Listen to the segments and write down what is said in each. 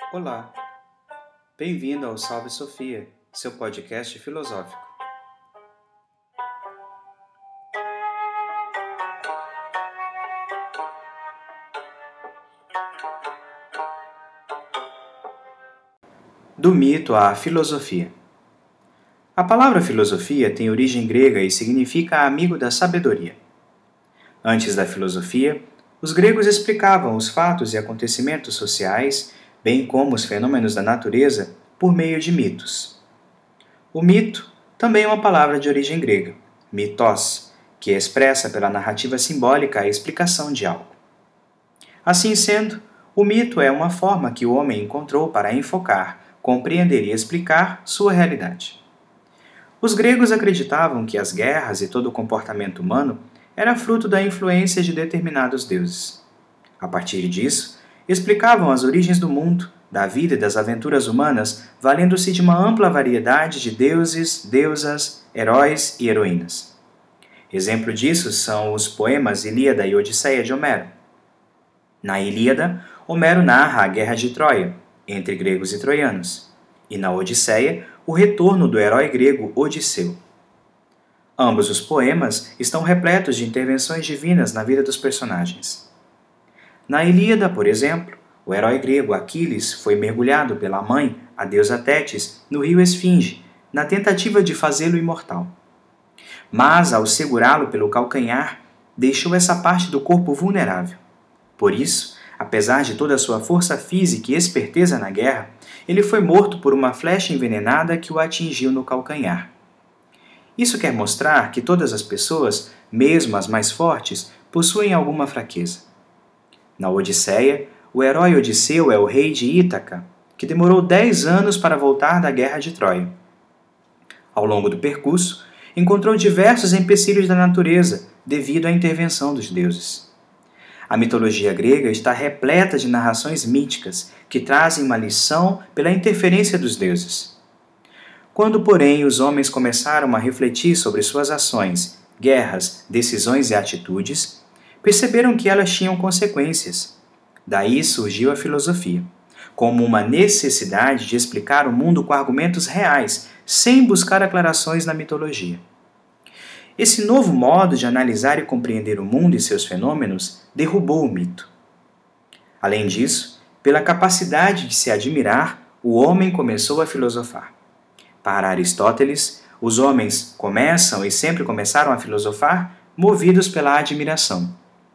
Olá, bem-vindo ao Salve Sofia, seu podcast filosófico. Do mito à filosofia. A palavra filosofia tem origem grega e significa amigo da sabedoria. Antes da filosofia, os gregos explicavam os fatos e acontecimentos sociais, bem como os fenômenos da natureza, por meio de mitos. O mito também é uma palavra de origem grega, mitos, que expressa pela narrativa simbólica a explicação de algo. Assim sendo, o mito é uma forma que o homem encontrou para enfocar, compreender e explicar sua realidade. Os gregos acreditavam que as guerras e todo o comportamento humano era fruto da influência de determinados deuses. A partir disso, explicavam as origens do mundo, da vida e das aventuras humanas, valendo-se de uma ampla variedade de deuses, deusas, heróis e heroínas. Exemplo disso são os poemas Ilíada e Odisseia de Homero. Na Ilíada, Homero narra a guerra de Troia, entre gregos e troianos, e na Odisseia, o retorno do herói grego Odisseu. Ambos os poemas estão repletos de intervenções divinas na vida dos personagens. Na Ilíada, por exemplo, o herói grego Aquiles foi mergulhado pela mãe, a deusa Tétis, no rio Esfinge, na tentativa de fazê-lo imortal. Mas, ao segurá-lo pelo calcanhar, deixou essa parte do corpo vulnerável. Por isso, apesar de toda a sua força física e esperteza na guerra, ele foi morto por uma flecha envenenada que o atingiu no calcanhar. Isso quer mostrar que todas as pessoas, mesmo as mais fortes, possuem alguma fraqueza. Na Odisseia, o herói Odisseu é o rei de Ítaca, que demorou 10 anos para voltar da guerra de Troia. Ao longo do percurso, encontrou diversos empecilhos da natureza devido à intervenção dos deuses. A mitologia grega está repleta de narrações míticas que trazem uma lição pela interferência dos deuses. Quando, porém, os homens começaram a refletir sobre suas ações, guerras, decisões e atitudes, perceberam que elas tinham consequências. Daí surgiu a filosofia, como uma necessidade de explicar o mundo com argumentos reais, sem buscar aclarações na mitologia. Esse novo modo de analisar e compreender o mundo e seus fenômenos derrubou o mito. Além disso, pela capacidade de se admirar, o homem começou a filosofar. Para Aristóteles, os homens começam e sempre começaram a filosofar movidos pela admiração.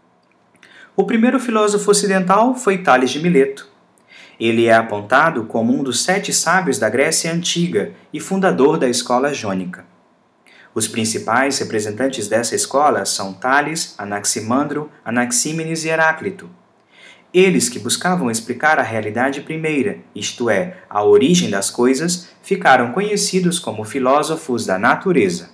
O primeiro filósofo ocidental foi Tales de Mileto. Ele é apontado como um dos 7 sábios da Grécia Antiga e fundador da escola jônica. Os principais representantes dessa escola são Tales, Anaximandro, Anaxímenes e Heráclito. Eles que buscavam explicar a realidade primeira, isto é, a origem das coisas, ficaram conhecidos como filósofos da natureza.